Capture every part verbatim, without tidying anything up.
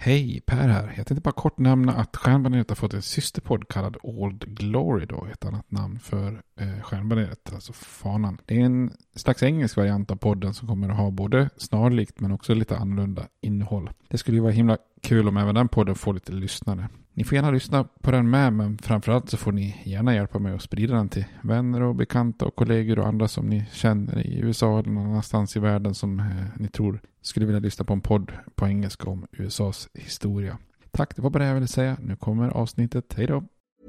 Hej, Per här. Jag tänkte bara kort nämna att Stjärnbaneret har fått en systerpodd kallad Old Glory då, ett annat namn för eh, Stjärnbaneret, alltså fanan. Det är en slags engelsk variant av podden som kommer att ha både snarlikt men också lite annorlunda innehåll. Det skulle ju vara himla kul om även den podden får lite lyssnare. Ni får gärna lyssna på den med, men framförallt så får ni gärna hjälpa mig att sprida den till vänner och bekanta och kollegor och andra som ni känner i U S A eller någon annanstans i världen som eh, ni tror skulle vilja lyssna på en podd på engelska om U S A:s historia. Tack, det var bara det jag ville säga. Nu kommer avsnittet. Hej då!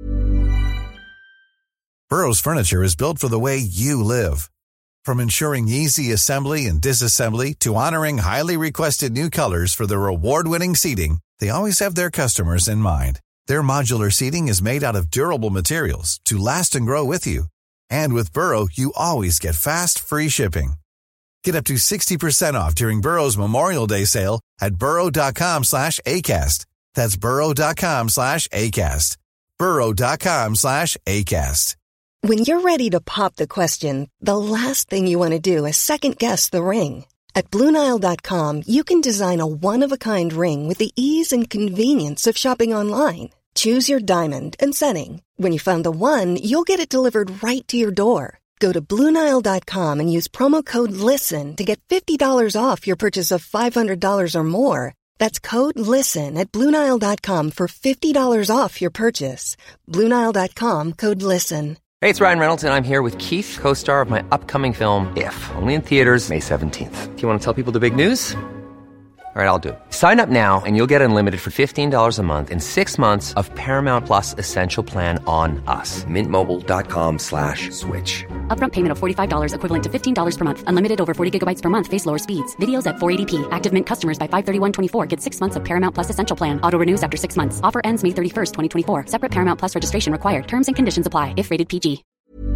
Burrow's furniture is built for the way you live. From ensuring easy assembly and disassembly to honoring highly requested new colors for their award-winning seating, they always have their customers in mind. Their modular seating is made out of durable materials to last and grow with you. And with Burrow, you always get fast, free shipping. Get up to sixty percent off during Burrow's Memorial Day sale at burrow.com slash ACAST. That's burrow.com slash ACAST. burrow.com slash ACAST. When you're ready to pop the question, the last thing you want to do is second-guess the ring. At Blue Nile dot com, you can design a one-of-a-kind ring with the ease and convenience of shopping online. Choose your diamond and setting. When you find the one, you'll get it delivered right to your door. Go to Blue Nile dot com and use promo code LISTEN to get fifty dollars off your purchase of five hundred dollars or more. That's code LISTEN at Blue Nile dot com for fifty dollars off your purchase. Blue Nile dot com, code LISTEN. Hey, it's Ryan Reynolds, and I'm here with Keith, co-star of my upcoming film, If, only in theaters May seventeenth. Do you want to tell people the big news? All right, I'll do it. Sign up now and you'll get unlimited for fifteen dollars a month and six months of Paramount Plus Essential Plan on us. Mint Mobile dot com slash switch. Upfront payment of forty-five dollars equivalent to fifteen dollars per month. Unlimited over forty gigabytes per month. Face lower speeds. Videos at four eighty p. Active Mint customers by five thirty-one twenty-four get six months of Paramount Plus Essential Plan. Auto renews after six months. Offer ends May thirty-first, twenty twenty-four. Separate Paramount Plus registration required. Terms and conditions apply if rated P G.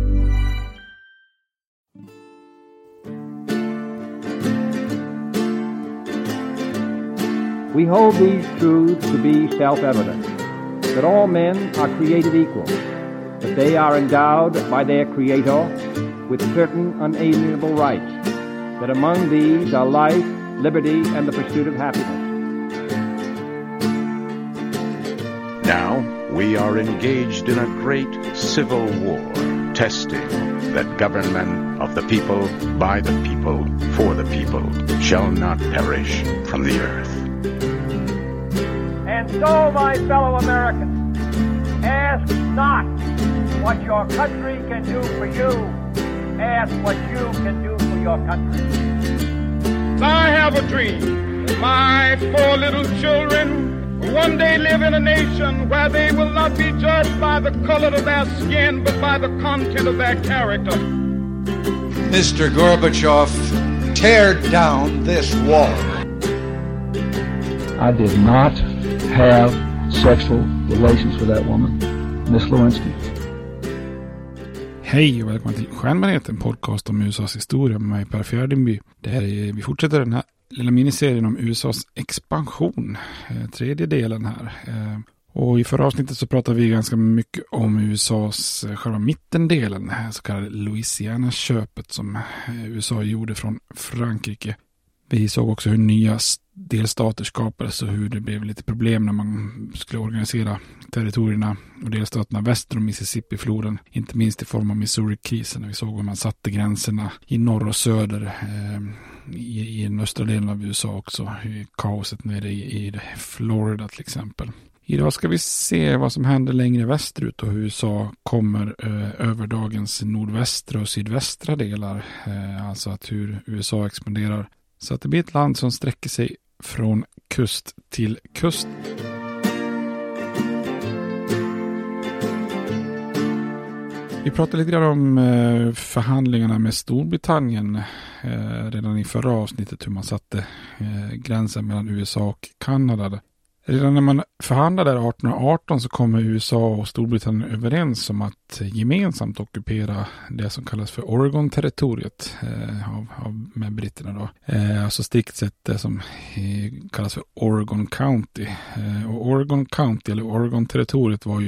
We hold these truths to be self-evident, that all men are created equal, that they are endowed by their Creator with certain unalienable rights, that among these are life, liberty, and the pursuit of happiness. Now we are engaged in a great civil war, testing that government of the people, by the people, for the people, shall not perish from the earth. And so, my fellow Americans, ask not what your country can do for you. Ask what you can do for your country. I have a dream that my four little children will one day live in a nation where they will not be judged by the color of their skin, but by the content of their character. Mister Gorbachev, tear down this wall. I did not have sexual relations with that woman, Miss Lewinsky. Hej och välkommen till Stjärnbaneret, en podcast om U S A:s historia med mig, Per Fjärdingby. Det här är, vi fortsätter den här lilla miniserien om U S A:s expansion, eh, tredje delen här. Eh, och i förra avsnittet så pratade vi ganska mycket om U S A:s eh, själva mittendelen, så kallade Louisiana-köpet som eh, U S A gjorde från Frankrike. Vi såg också hur nya delstater skapades och hur det blev lite problem när man skulle organisera territorierna och delstaterna väster om Mississippi-floden. Inte minst i form av Missouri-krisen. Vi såg hur man satte gränserna i norr och söder eh, i, i den östra delen av U S A också. Kaoset nere i, i Florida till exempel. Idag ska vi se vad som händer längre västerut och hur U S A kommer eh, över dagens nordvästra och sydvästra delar. Eh, alltså att hur U S A expanderar. Så att det blir ett land som sträcker sig från kust till kust. Vi pratade lite grann om förhandlingarna med Storbritannien redan i förra avsnittet, hur man satte gränsen mellan U S A och Kanada. Redan när man förhandlade arton arton så kommer U S A och Storbritannien överens om att gemensamt ockupera det som kallas för Oregon-territoriet eh, av, av, med britterna då. Eh, alltså strikt sett det som eh, kallas för Oregon County. Eh, och Oregon County eller Oregon-territoriet var ju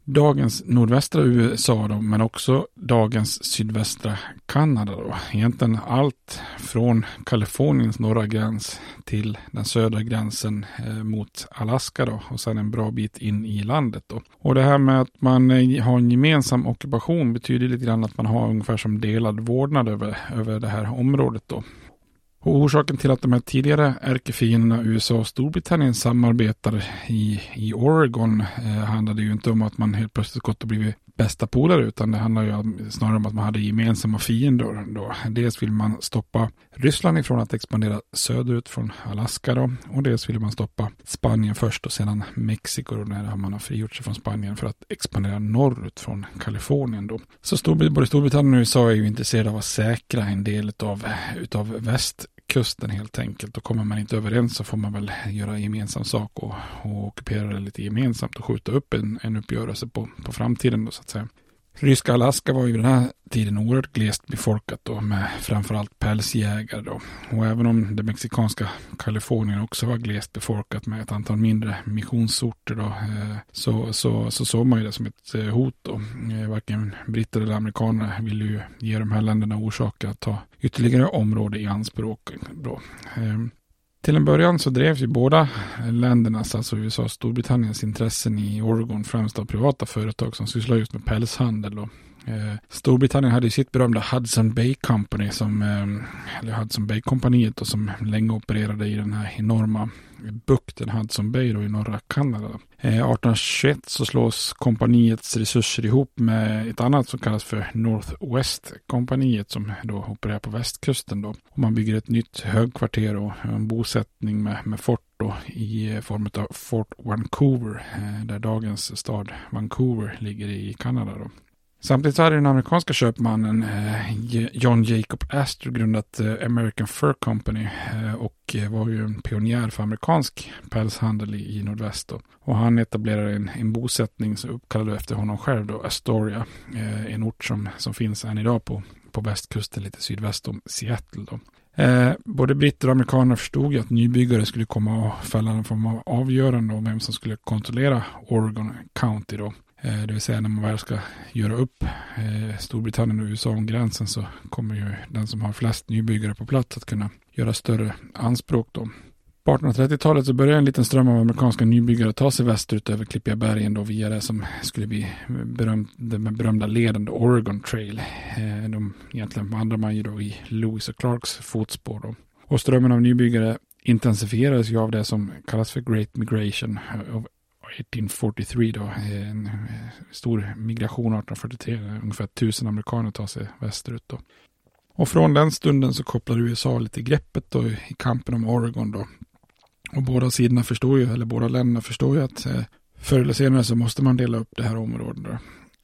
dagens nordvästra U S A då, men också dagens sydvästra Kanada då. Egentligen allt från Kaliforniens norra gräns till den södra gränsen eh, mot Alaska då, och sen en bra bit in i landet då. Och det här med att man eh, har en gemensam ockupation betyder lite grann att man har ungefär som delad vårdnad över, över det här området då. Och orsaken till att de här tidigare ärkefienderna U S A och Storbritannien samarbetar i, i Oregon eh, handlade ju inte om att man helt plötsligt gått och blivit bästa polare, utan det handlar ju snarare om att man hade gemensamma fiender då. Dels vill man stoppa Ryssland ifrån att expandera söderut från Alaska då, och dels vill man stoppa Spanien först och sedan Mexiko då, när man har frigjort sig från Spanien för att expandera norrut från Kalifornien då. Så Storbrit- både Storbritannien och U S A är ju intresserade av att säkra en del utav, utav västkusten helt enkelt. Och kommer man inte överens så får man väl göra gemensam sak och, och ockupera det lite gemensamt och skjuta upp en, en uppgörelse på, på framtiden då, så att säga. Ryska Alaska var ju den här tiden oerhört glest befolkat då, med framförallt pälsjägare då. Och även om det mexikanska Kalifornien också var glest befolkat med ett antal mindre missionsorter då, eh, så, så, så såg man ju det som ett eh, hot då. Eh, varken britter eller amerikaner ville ju ge de här länderna orsaker att ta ytterligare område i anspråk då. Eh, Till en början så drevs ju båda ländernas, alltså U S A och Storbritanniens intressen i Oregon främst av privata företag som sysslar just med pälshandel då. Eh, Storbritannien hade ju sitt berömda Hudson Bay Company, som, eh, eller Hudson Bay-kompaniet då, som länge opererade i den här enorma bukten Hudson Bay då, i norra Kanada. Eh, arton tjugoett så slås kompaniets resurser ihop med ett annat som kallas för Northwest-kompaniet, som då opererar på västkusten då. Och man bygger ett nytt högkvarter och en bosättning med, med fort då, i form av Fort Vancouver, eh, där dagens stad Vancouver ligger i Kanada då. Samtidigt så hade den amerikanska köpmannen eh, John Jacob Astor grundat eh, American Fur Company eh, och eh, var ju en pionjär för amerikansk pälshandel i, i nordväst då. Och han etablerade en, en bosättning som uppkallade efter honom själv då, Astoria, eh, en ort som, som finns än idag på, på västkusten lite sydväst om Seattle då. Eh, både britter och amerikaner förstod ju att nybyggare skulle komma och fälla en form av avgörande om vem som skulle kontrollera Oregon County då. Det vill säga när man väl ska göra upp eh, Storbritannien och U S A om gränsen, så kommer ju den som har flest nybyggare på plats att kunna göra större anspråk då. På artonhundratrettiotalet så började en liten ström av amerikanska nybyggare ta sig västerut över Klippiga bergen då, via det som skulle bli berömd, den berömda leden Oregon Trail. Eh, de egentligen vandrar man ju då i Lewis och Clarks fotspår då. Och strömmen av nybyggare intensifierades ju av det som kallas för Great Migration of arton fyrtiotre då, en stor migration arton fyrtiotre, ungefär tusen amerikaner tar sig västerut då. Och från den stunden så kopplar U S A lite greppet då i kampen om Oregon då. Och båda sidorna förstår ju, eller båda länderna förstår ju att eh, förr eller senare så måste man dela upp det här området då.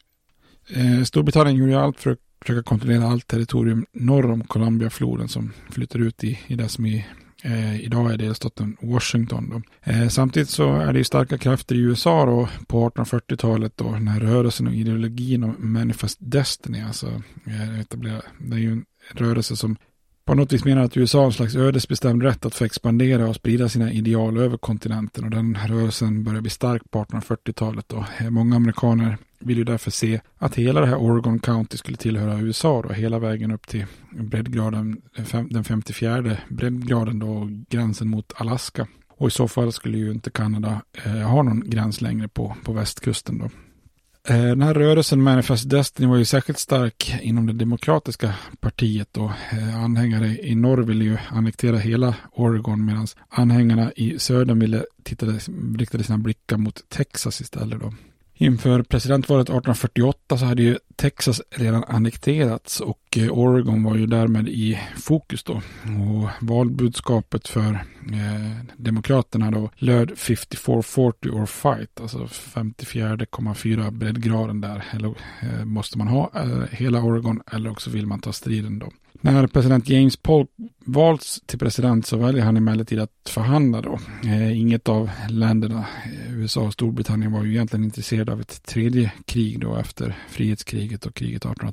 Eh, Storbritannien gjorde ju allt för att försöka kontrollera allt territorium norr om Columbia-floden som flyttar ut i, i det som är Eh, idag är delstaten Washington då. Eh, samtidigt så är det ju starka krafter i U S A då, på artonhundrafyrtiotalet då, den här rörelsen och ideologin om Manifest Destiny, alltså eh, etablerad. Det är ju en rörelse som på något vis menar att U S A har en slags ödesbestämd rätt att få expandera och sprida sina ideal över kontinenten, och den rörelsen börjar bli stark på artonhundrafyrtiotalet då. Eh, många amerikaner vill ju därför se att hela det här Oregon County skulle tillhöra U S A då, hela vägen upp till breddgraden, den femtiofjärde breddgraden då, gränsen mot Alaska. Och i så fall skulle ju inte Kanada eh, ha någon gräns längre på, på västkusten då. Eh, den här rörelsen Manifest Destiny var ju särskilt stark inom det demokratiska partiet då. Eh, anhängare i norr ville ju annektera hela Oregon, medan anhängarna i södern ville tittade, riktade sina blickar mot Texas istället då. Inför presidentvalet arton fyrtioåtta så hade ju Texas redan annekterats och Oregon var ju därmed i fokus då. Och valbudskapet för eh, demokraterna då löd femtiofyra fyrtio or fight, alltså femtiofyra komma fyra breddgraden där. Eller eh, måste man ha eh, hela Oregon, eller också vill man ta striden då. När president James Polk valts till president så väljer han emellertid att förhandla då. Eh, inget av länderna, U S A och Storbritannien, var ju egentligen intresserade av ett tredje krig då efter frihetskriget och kriget arton tolv.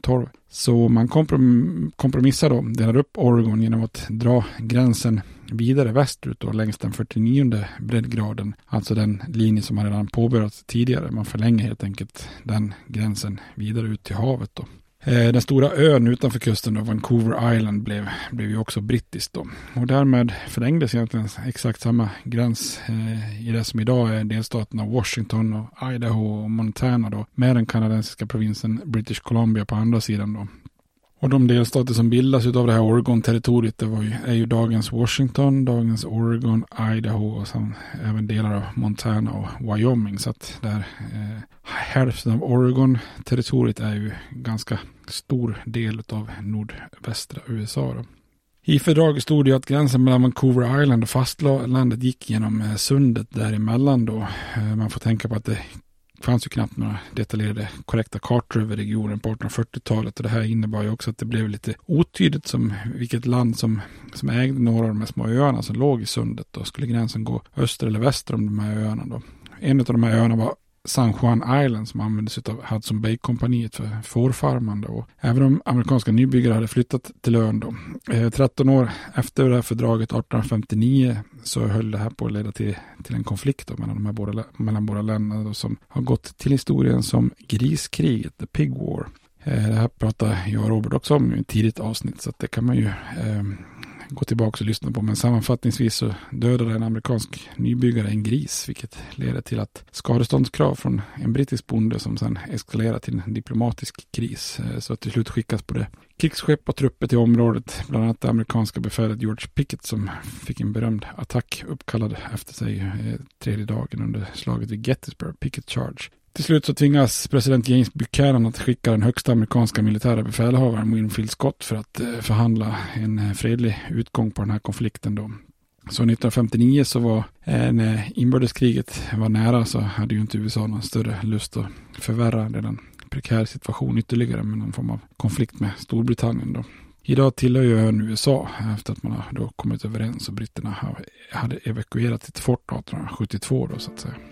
Så man komprom- kompromissar då, delar upp Oregon genom att dra gränsen vidare västerut och längs den fyrtionionde breddgraden. Alltså den linje som man redan påbörjat tidigare. Man förlänger helt enkelt den gränsen vidare ut till havet då. Den stora ön utanför kusten då, Vancouver Island, blev, blev ju också brittiskt då. Och därmed förlängdes egentligen exakt samma gräns eh, i det som idag är delstaterna Washington och Idaho och Montana då, med den kanadensiska provinsen British Columbia på andra sidan då. Och de delstater som bildas av det här Oregon-territoriet, det var ju, är ju dagens Washington, dagens Oregon, Idaho och sen även delar av Montana och Wyoming. Så att där eh, hälften av Oregon-territoriet är ju ganska stor del av nordvästra U S A då. I fördraget stod det att gränsen mellan Vancouver Island och fastlandet gick genom eh, sundet däremellan då. Eh, man får tänka på att det fanns ju knappt några detaljerade korrekta kartor över regionen på artonhundrafyrtiotalet, och det här innebar ju också att det blev lite otydligt som vilket land som, som ägde några av de här små öarna som låg i sundet. Då skulle gränsen gå öster eller väster om de här öarna då. En av de här öarna var San Juan Island som användes av Hudson Bay-kompaniet för fårfarmande, och även om amerikanska nybyggare hade flyttat till ön då. Eh, tretton år efter det här fördraget artonhundrafemtionio så höll det här på att leda till, till en konflikt då, mellan de här båda, mellan båda länderna då, som har gått till historien som griskriget, The Pig War. Eh, det här pratar jag och Robert också om i ett tidigt avsnitt, så att det kan man ju eh, gå tillbaka och lyssna på. Men sammanfattningsvis så dödade en amerikansk nybyggare en gris, vilket leder till att skadeståndskrav från en brittisk bonde som sedan eskalerar till en diplomatisk kris. Så att till slut skickas både krigsskepp och trupper till området, bland annat det amerikanska befälet George Pickett som fick en berömd attack uppkallad efter sig eh, tredje dagen under slaget vid Gettysburg, Pickett Charge. Till slut så tvingas president James Buchanan att skicka den högsta amerikanska militära befälhavaren Winfield Scott för att eh, förhandla en eh, fredlig utgång på den här konflikten då. Så nittonhundrafemtionio så var eh, när inbördeskriget var nära så hade ju inte U S A någon större lust att förvärra den prekära situation ytterligare med någon form av konflikt med Storbritannien då. Idag tillhör ju ön U S A efter att man har då kommit överens och britterna hade evakuerat ett fort artonhundrasjuttiotvå då så att säga.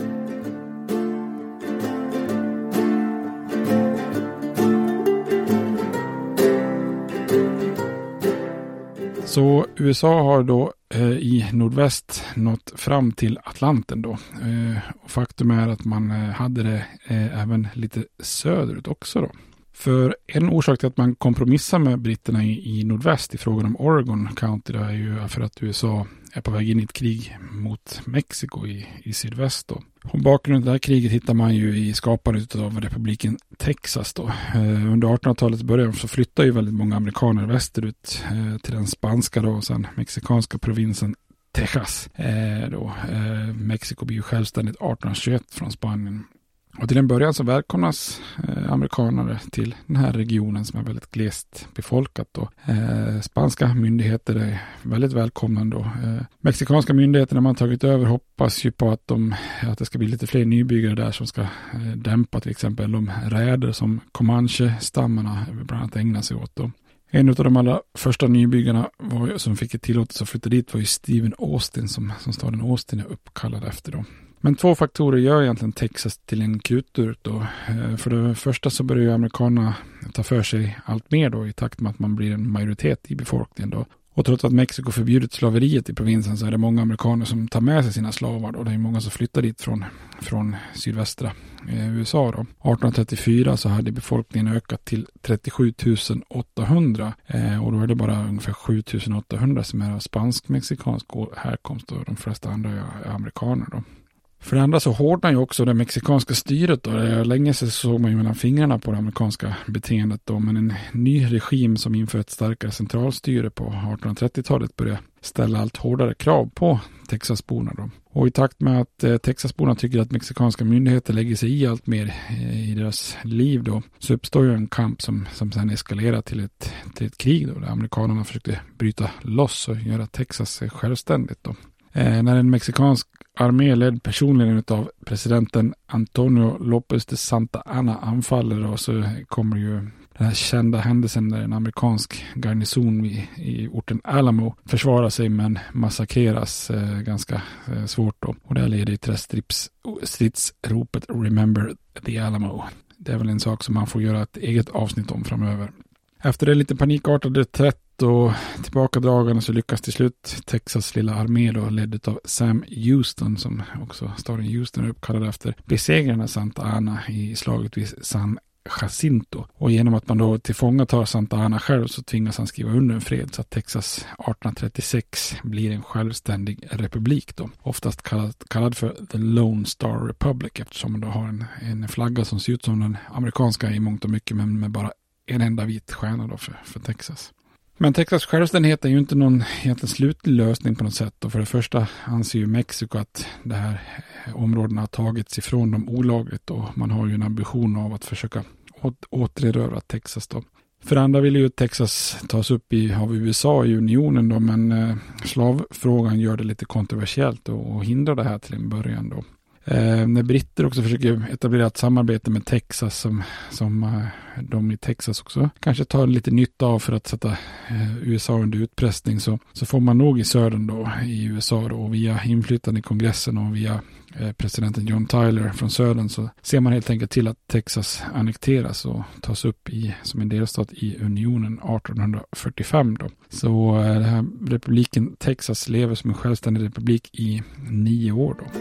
Så U S A har då eh, i nordväst nått fram till Atlanten då. Eh, och faktum är att man eh, hade det eh, även lite söderut också då. För en orsak till att man kompromissar med britterna i, i nordväst i frågan om Oregon County är ju för att U S A är på väg in i ett krig mot Mexiko i, i sydväst då. Och bakgrunden till det här kriget hittar man ju i skapandet av republiken Texas då. Eh, under artonhundratalets början så flyttar ju väldigt många amerikaner västerut eh, till den spanska då och sen mexikanska provinsen Texas. Eh, då. Eh, Mexiko blir ju självständigt artonhundratjugoett från Spanien. Och till en början så välkomnas eh, amerikaner till den här regionen som är väldigt glest befolkat då. Eh, spanska myndigheter är väldigt välkomnande då. Eh, mexikanska myndigheter när man tagit över hoppas ju på att, de, att det ska bli lite fler nybyggare där som ska eh, dämpa till exempel de räder som Comanche-stammarna bland annat ägnar sig åt då. En av de allra första nybyggarna var, som fick ett tillåtelse att flytta dit var ju Stephen Austin som, som staden Austin är uppkallad efter då. Men två faktorer gör egentligen Texas till en krutdurk då. För det första så börjar ju amerikanerna ta för sig allt mer då i takt med att man blir en majoritet i befolkningen då. Och trots att Mexiko förbjudit slaveriet i provinsen så är det många amerikaner som tar med sig sina slavar då. Det är många som flyttar dit från, från sydvästra eh, U S A då. artonhundratrettiofyra så hade befolkningen ökat till trettiosju tusen åttahundra eh, och då är det bara ungefär sju tusen åttahundra som är av spansk-mexikansk härkomst och de flesta andra är amerikaner då. För det andra så hårdnar ju också det mexikanska styret då. Länge så såg man ju mellan fingrarna på det amerikanska beteendet då. Men en ny regim som inför ett starkare centralstyre på artonhundratrettiotalet började ställa allt hårdare krav på Texasborna då. Och i takt med att eh, Texasborna tycker att mexikanska myndigheter lägger sig i allt mer eh, i deras liv då, så uppstår ju en kamp som, som sedan eskalerar till ett, till ett krig då. Där amerikanerna försökte bryta loss och göra Texas självständigt då. Eh, när en mexikansk armé ledd personligen av presidenten Antonio López de Santa Anna anfaller och så kommer ju den här kända händelsen där en amerikansk garnison i, i orten Alamo försvarar sig men massakreras eh, ganska eh, svårt då. Och det leder till strids, stridsropet Remember the Alamo. Det är väl en sak som man får göra ett eget avsnitt om framöver. Efter det lite panikartade reträtt och tillbakadragande så lyckas till slut Texas lilla armé då, ledd av Sam Houston, som också staden Houston är uppkallad efter, besegrarna Santa Ana i slaget vid San Jacinto. Och genom att man då tillfångatar Santa Ana själv så tvingas han skriva under en fred så att Texas arton trettiosex blir en självständig republik då. Oftast kallad, kallad för The Lone Star Republic, eftersom man då har en, en flagga som ser ut som den amerikanska i mångt och mycket, men med bara en enda vit stjärna då för, för Texas. Men Texas självständighet är ju inte någon egentligen slutlig lösning på något sätt. Och för det första anser ju Mexiko att det här områdena har tagits ifrån dem olagligt, och man har ju en ambition av att försöka åt, återerövra Texas då. För det andra vill ju Texas tas upp i, av U S A i unionen då, men eh, slavfrågan gör det lite kontroversiellt och, och hindrar det här till en början då. Eh, när britter också försöker etablera ett samarbete med Texas som, som eh, de i Texas också kanske tar lite nytta av för att sätta eh, U S A under utpressning, så, så får man nog i södern då i U S A då, och via inflytande i kongressen och via eh, presidenten John Tyler från södern så ser man helt enkelt till att Texas annekteras och tas upp i, som en delstat i unionen arton fyrtiofem då. Så eh, den här republiken Texas lever som en självständig republik i nio år då.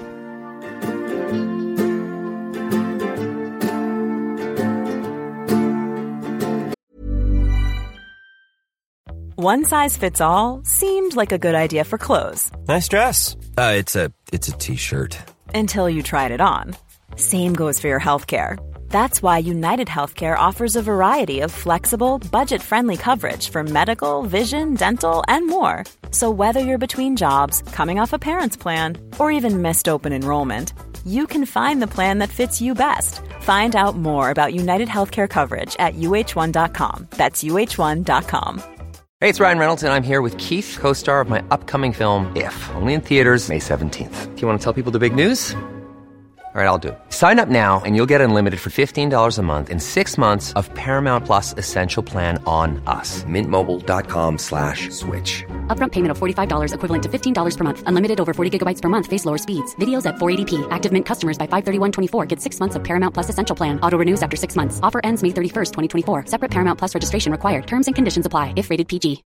One size fits all seemed like a good idea for clothes. Nice dress. Uh, it's a it's a t-shirt. Until you tried it on. Same goes for your healthcare. That's why United Healthcare offers a variety of flexible, budget-friendly coverage for medical, vision, dental, and more. So whether you're between jobs, coming off a parent's plan, or even missed open enrollment, you can find the plan that fits you best. Find out more about United Healthcare coverage at U H one dot com. That's U H one dot com. Hey, it's Ryan Reynolds, and I'm here with Keith, co-star of my upcoming film, If, only in theaters May seventeenth. Do you want to tell people the big news? All right, I'll do it. Sign up now and you'll get unlimited for fifteen dollars a month and six months of Paramount Plus Essential Plan on us. Mint Mobile dot com slash switch. Upfront payment of forty-five dollars equivalent to fifteen dollars per month. Unlimited over forty gigabytes per month. Face lower speeds. Videos at four eighty p. Active Mint customers by five thirty-one twenty-four get six months of Paramount Plus Essential Plan. Auto renews after six months. Offer ends May thirty-first, twenty twenty-four. Separate Paramount Plus registration required. Terms and conditions apply if rated P G.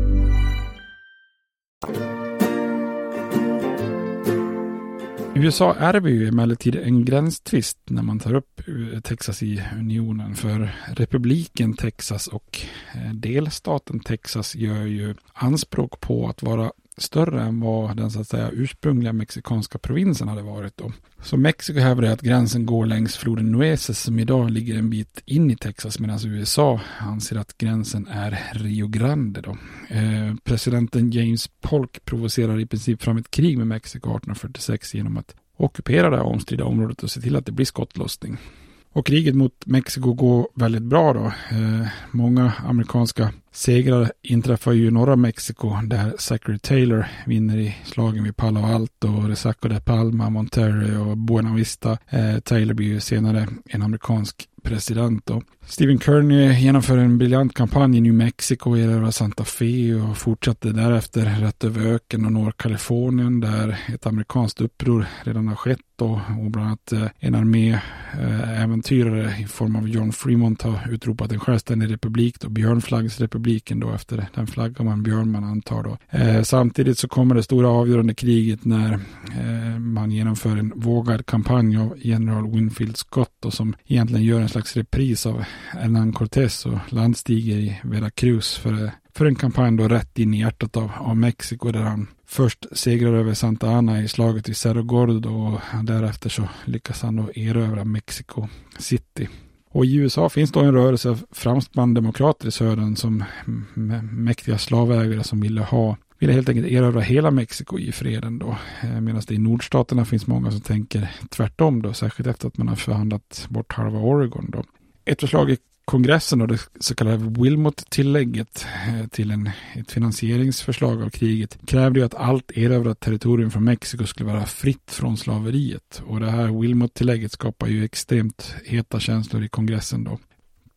I U S A är det ju emellertid en gränstvist när man tar upp Texas i unionen, för republiken Texas och delstaten Texas gör ju anspråk på att vara större än vad den så att säga ursprungliga mexikanska provinsen hade varit då. Så Mexiko hävdar att gränsen går längs floden Nueces som idag ligger en bit in i Texas, medan U S A anser att gränsen är Rio Grande då. Eh, presidenten James Polk provocerar i princip fram ett krig med Mexiko arton fyrtiosex genom att ockupera det här omstridda området och se till att det blir skottlossning. Och kriget mot Mexiko går väldigt bra då. Eh, många amerikanska segrar inträffar ju i norra Mexiko där Zachary Taylor vinner i slagen vid Palo Alto, Resaca de Palma, Monterrey och Buena Vista. Eh, Taylor blir ju senare en amerikansk president då. Stephen Kearny genomför en briljant kampanj i New Mexico, erövrar Santa Fe och fortsatte därefter rätt över öken och norr Kalifornien där ett amerikanskt uppror redan har skett då, och bland annat eh, en armé eh, äventyrare i form av John Fremont har utropat en självständig republik då, Björnflaggsrepubliken då, efter den flaggan man björn man antar då. Eh, samtidigt så kommer det stora avgörande kriget när eh, man genomför en vågad kampanj av general Winfield Scott då, som egentligen gör en slags repris av Hernán Cortés och landstiger i Veracruz för, för en kampanj då rätt in i hjärtat av, av Mexiko, där han först segrar över Santa Ana i slaget i Cerro Gordo och därefter så lyckas han då erövra Mexico City. Och i U S A finns då en rörelse av främst bland demokrater i södern som mäktiga slavägare som ville ha ville helt enkelt erövra hela Mexiko i freden då. Medan det i nordstaterna finns många som tänker tvärtom då, särskilt efter att man har förhandlat bort halva Oregon då. Ett förslag i kongressen och det så kallade Wilmot-tillägget till en, ett finansieringsförslag av kriget krävde ju att allt erövrat territorium från Mexiko skulle vara fritt från slaveriet. Och det här Wilmot-tillägget skapar ju extremt heta känslor i kongressen då.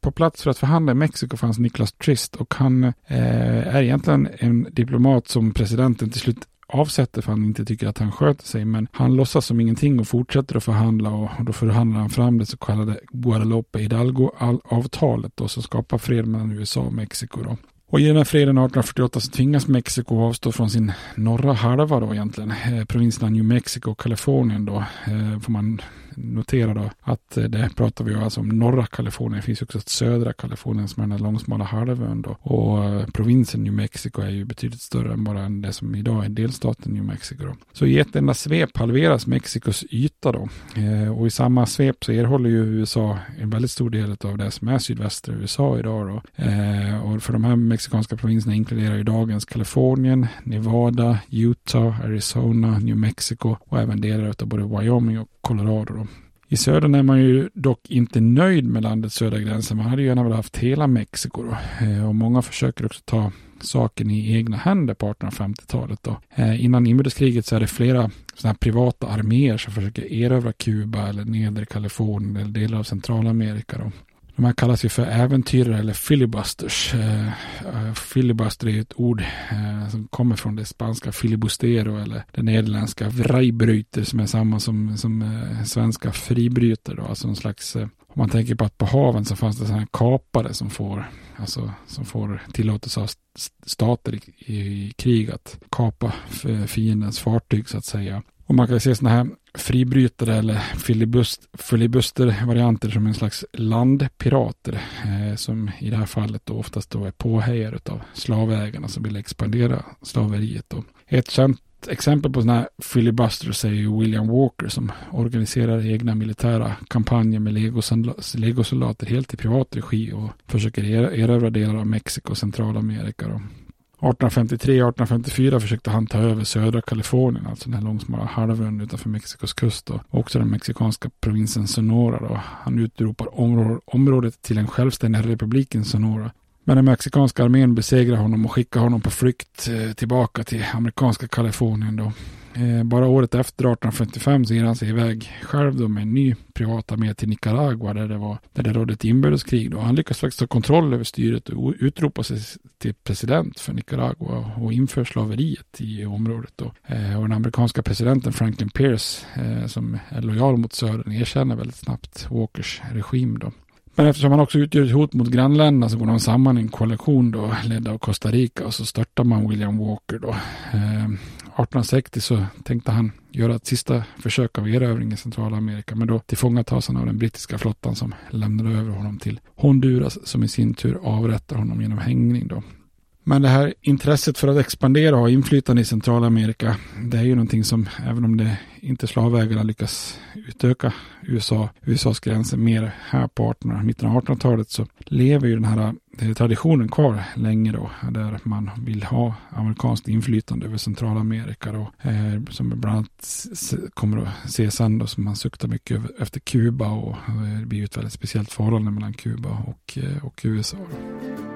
På plats för att förhandla i Mexiko fanns Nicholas Trist och han eh, är egentligen en diplomat som presidenten till slut avsätter för han inte tycker att han sköter sig, men han låtsas som ingenting och fortsätter att förhandla och, och då förhandlar han fram det så kallade Guadalupe Hidalgo-avtalet då, som skapar fred mellan U S A och Mexiko då. Och i den här freden arton fyrtioåtta så tvingas Mexiko avstå från sin norra halva då egentligen. Eh, provinserna New Mexico och Kalifornien då. Eh, får man notera då att eh, det pratar vi alltså om norra Kalifornien. Det finns också ett södra Kalifornien som är den här långsmala halvön då. Och eh, provinsen New Mexico är ju betydligt större än bara det som idag är delstaten New Mexico då. Så i ett enda svep halveras Mexikos yta då. Eh, och i samma svep så erhåller ju U S A en väldigt stor del av det som är sydvästra U S A idag då. Eh, och för de här mexikanska provinserna inkluderar ju dagens Kalifornien, Nevada, Utah, Arizona, New Mexico och även delar av både Wyoming och Colorado då. I södern är man ju dock inte nöjd med landets södra gränser. Man hade ju gärna velat haft hela Mexiko då. Eh, och många försöker också ta saken i egna händer på arton femtiotalet då. Eh, innan inbördeskriget så är det flera sådana här privata arméer som försöker erövra Kuba eller nedre Kalifornien eller delar av Centralamerika då. De här kallas ju för äventyrare eller filibusters. Eh, uh, filibuster är ett ord eh, som kommer från det spanska filibustero eller det nederländska vrijbryter som är samma som, som eh, svenska fribryter då. Alltså en slags, eh, om man tänker på att på haven så fanns det sådana här kapare som får, alltså, som får tillåtelse av stater i, i, i krig att kapa fiendens fartyg så att säga. Och man kan se sådana här fribrytare eller filibust, filibuster-varianter som en slags landpirater eh, som i det här fallet då oftast då är påhejare av slavägarna som vill expandera slaveriet då. Ett känt exempel på sådana här filibusters är ju William Walker som organiserar egna militära kampanjer med legosoldater helt i privat regi och försöker erövra delar av Mexiko och Centralamerika då. arton femtiotre arton femtiofyra försökte han ta över södra Kalifornien, alltså den här långsmala halvön utanför Mexikos kust och också den mexikanska provinsen Sonora då. Han utropar områ- området till en självständig republiken Sonora. Men den mexikanska armén besegrar honom och skickar honom på flykt eh, tillbaka till amerikanska Kalifornien då. Eh, bara året efter arton femtiofem så ger han sig iväg själv då med en ny privat armé till Nicaragua där det, var, där det rådde ett inbördeskrig då. Han lyckas faktiskt ta kontroll över styret och utropa sig till president för Nicaragua och inför slaveriet i området då. Eh, och den amerikanska presidenten Franklin Pierce eh, som är lojal mot södern erkänner väldigt snabbt Walkers regim då. Men eftersom han också utgör ett hot mot grannländerna så går de samman i en koalition då, ledd av Costa Rica och så störtar man William Walker då. Eh, arton sextio så tänkte han göra ett sista försök av erövring i Centralamerika men då tillfångatas han av den brittiska flottan som lämnade över honom till Honduras som i sin tur avrättar honom genom hängning då. Men det här intresset för att expandera och ha inflytande i Centralamerika, det är ju någonting som, även om det inte slavägarna lyckas utöka U S A, U S A:s gränser mer här på artonhundra, mitten av artonhundratalet så lever ju den här traditionen kvar länge då, där man vill ha amerikanskt inflytande över Centralamerika då, eh, som bland annat kommer att se sen då som man suktar mycket efter Kuba och eh, det blir ett väldigt speciellt förhållande mellan Kuba och, eh, och U S A då.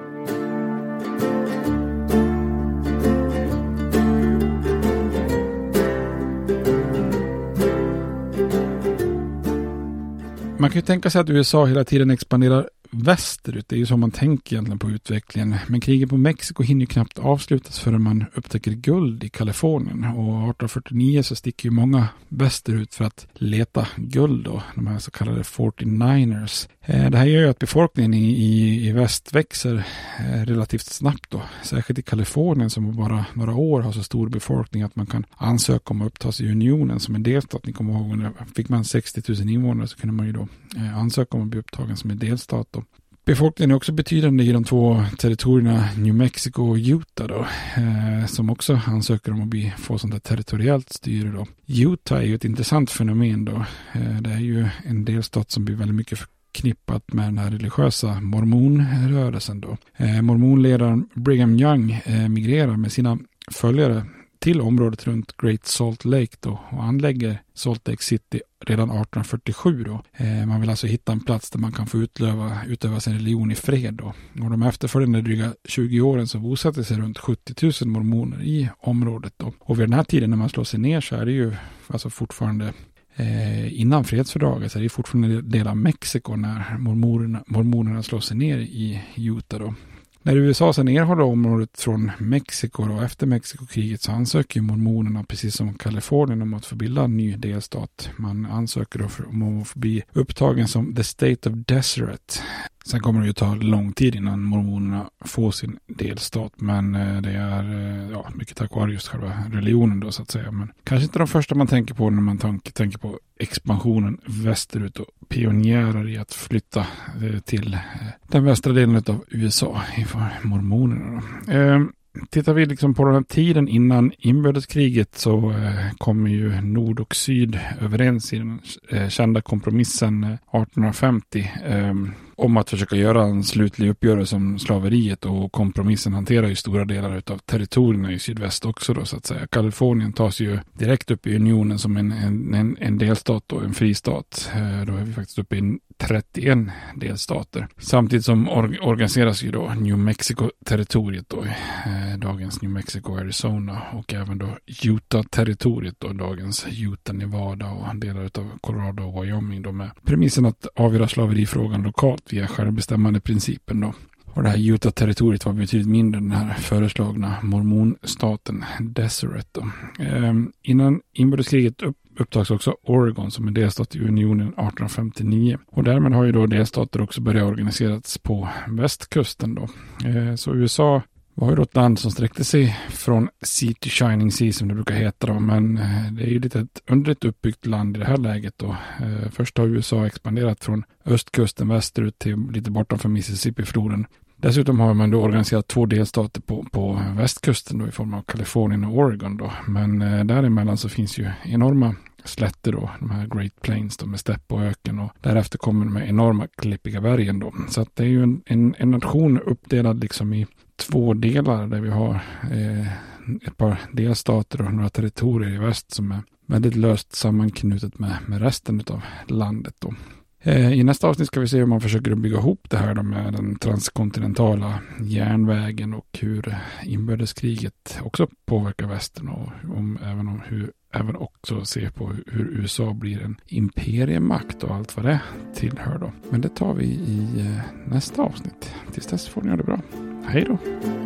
Man kan ju tänka sig att U S A hela tiden expanderar västerut. Det är ju så man tänker egentligen på utvecklingen. Men kriget på Mexiko hinner ju knappt avslutas förrän man upptäcker guld i Kalifornien. Och arton fyrtionio så sticker ju många västerut för att leta guld då. De här så kallade fyrtionioers. Det här gör ju att befolkningen i, i, i väst växer relativt snabbt då. Särskilt i Kalifornien som bara några år har så stor befolkning att man kan ansöka om att upptas i unionen som en delstat. Ni kommer ihåg, fick man sextio tusen invånare så kunde man ju då ansöka om att bli upptagen som en delstat då. Befolkningen är också betydande i de två territorierna New Mexico och Utah då, eh, som också ansöker om att bli, få sånt här territoriellt styre då. Utah är ju ett intressant fenomen då. Eh, det är ju en delstat som blir väldigt mycket förknippat med den här religiösa mormonrörelsen då. Eh, mormonledaren Brigham Young eh, migrerar med sina följare till området runt Great Salt Lake då och anlägger Salt Lake City redan arton fyrtiosju då. Eh, man vill alltså hitta en plats där man kan få utlöva, utöva sin religion i fred då. Och de efterföljande dryga tjugo åren så bosatte sig runt sjuttio tusen mormoner i området då. Och vid den här tiden när man slår sig ner så är det ju alltså fortfarande eh, innan fredsfördraget, så är det fortfarande en del av Mexiko när mormonerna, mormonerna slår sig ner i Utah då. När U S A sen erhåller området från Mexiko och efter Mexikokriget så ansöker mormonerna precis som Kalifornien om att få bilda en ny delstat. Man ansöker då för, om att få bli upptagen som the state of Deseret. Sen kommer det ju ta lång tid innan mormonerna får sin delstat, men det är ja, mycket tack vare just själva religionen då så att säga. Men kanske inte de första man tänker på när man tank, tänker på expansionen västerut och pionjärer i att flytta eh, till eh, den västra delen av U S A inför mormonerna då. Eh, Tittar vi liksom på den här tiden innan inbördeskriget så eh, kommer ju nord och syd överens i den eh, kända kompromissen eh, arton femtio eh, om att försöka göra en slutlig uppgörelse om slaveriet, och kompromissen hanterar ju stora delar av territorierna i sydväst också då så att säga. Kalifornien tas ju direkt upp i unionen som en, en, en delstat och en fristat. Eh, då är vi faktiskt uppe i trettioen delstater. Samtidigt som or- organiseras ju då New Mexico-territoriet då, eh, dagens New Mexico, Arizona, och även då Utah-territoriet då, dagens Utah, Nevada och delar av Colorado och Wyoming då, med premissen att avgöra slaverifrågan lokalt via självbestämmande principen då. Och det här Utah-territoriet var betydligt mindre än den här föreslagna mormonstaten Deseret då. Eh, innan inbördeskriget upp upptags också Oregon som en delstat i unionen arton femtionio. Och därmed har ju då delstater också börjat organiseras på västkusten då. Eh, så U S A var ju då ett land som sträckte sig från sea to shining sea som det brukar heta då. Men eh, det är ju lite ett underligt uppbyggt land i det här läget då. Eh, först har U S A expanderat från östkusten västerut till lite bortanför Mississippi-floden. Dessutom har man då organiserat två delstater på, på västkusten då i form av Kalifornien och Oregon då. Men eh, däremellan så finns ju enorma slätter då, de här Great Plains då med stäpp och öken, och därefter kommer de här enorma klippiga bergen då. Så att det är ju en, en, en nation uppdelad liksom i två delar där vi har eh, ett par delstater och några territorier i väst som är väldigt löst sammanknutet med, med resten av landet då. I nästa avsnitt ska vi se hur man försöker bygga ihop det här då med den transkontinentala järnvägen och hur inbördeskriget också påverkar västern, och om, även om hur även också se på hur U S A blir en imperiemakt och allt vad det tillhör då. Men det tar vi i nästa avsnitt. Tills dess får ni ha det bra. Hej då!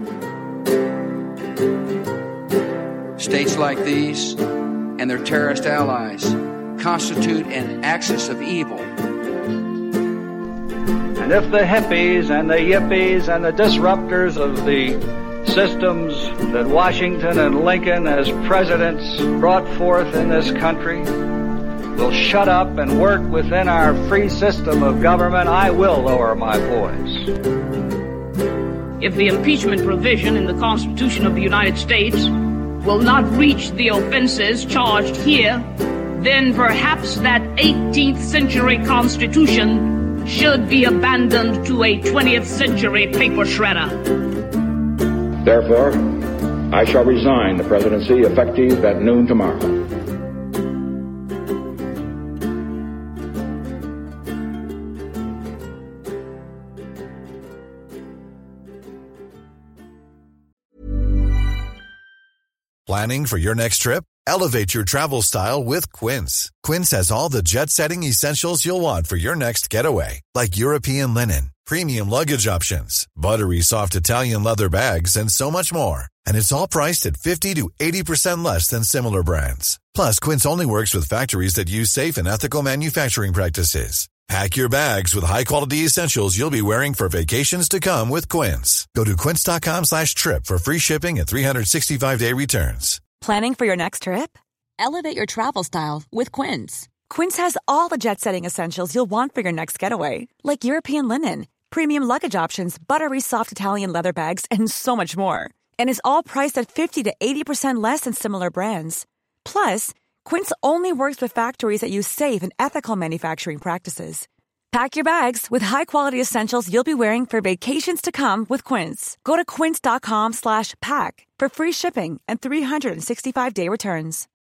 States like these and their terrorist allies constitute an axis of evil. And if the hippies and the yippies and the disruptors of the systems that Washington and Lincoln as presidents brought forth in this country will shut up and work within our free system of government, I will lower my voice. If the impeachment provision in the Constitution of the United States will not reach the offenses charged here, then perhaps that eighteenth century Constitution should be abandoned to a twentieth century paper shredder. Therefore, I shall resign the presidency effective at noon tomorrow. Planning for your next trip? Elevate your travel style with Quince. Quince has all the jet-setting essentials you'll want for your next getaway, like European linen, premium luggage options, buttery soft Italian leather bags, and so much more. And it's all priced at fifty to eighty percent less than similar brands. Plus, Quince only works with factories that use safe and ethical manufacturing practices. Pack your bags with high-quality essentials you'll be wearing for vacations to come with Quince. Go to quince.com slash trip for free shipping and three sixty-five day returns. Planning for your next trip? Elevate your travel style with Quince. Quince has all the jet-setting essentials you'll want for your next getaway, like European linen, premium luggage options, buttery soft Italian leather bags, and so much more. And is all priced at fifty to eighty percent less than similar brands. Plus, Quince only works with factories that use safe and ethical manufacturing practices. Pack your bags with high-quality essentials you'll be wearing for vacations to come with Quince. Go to quince.com slash pack for free shipping and three sixty-five day returns.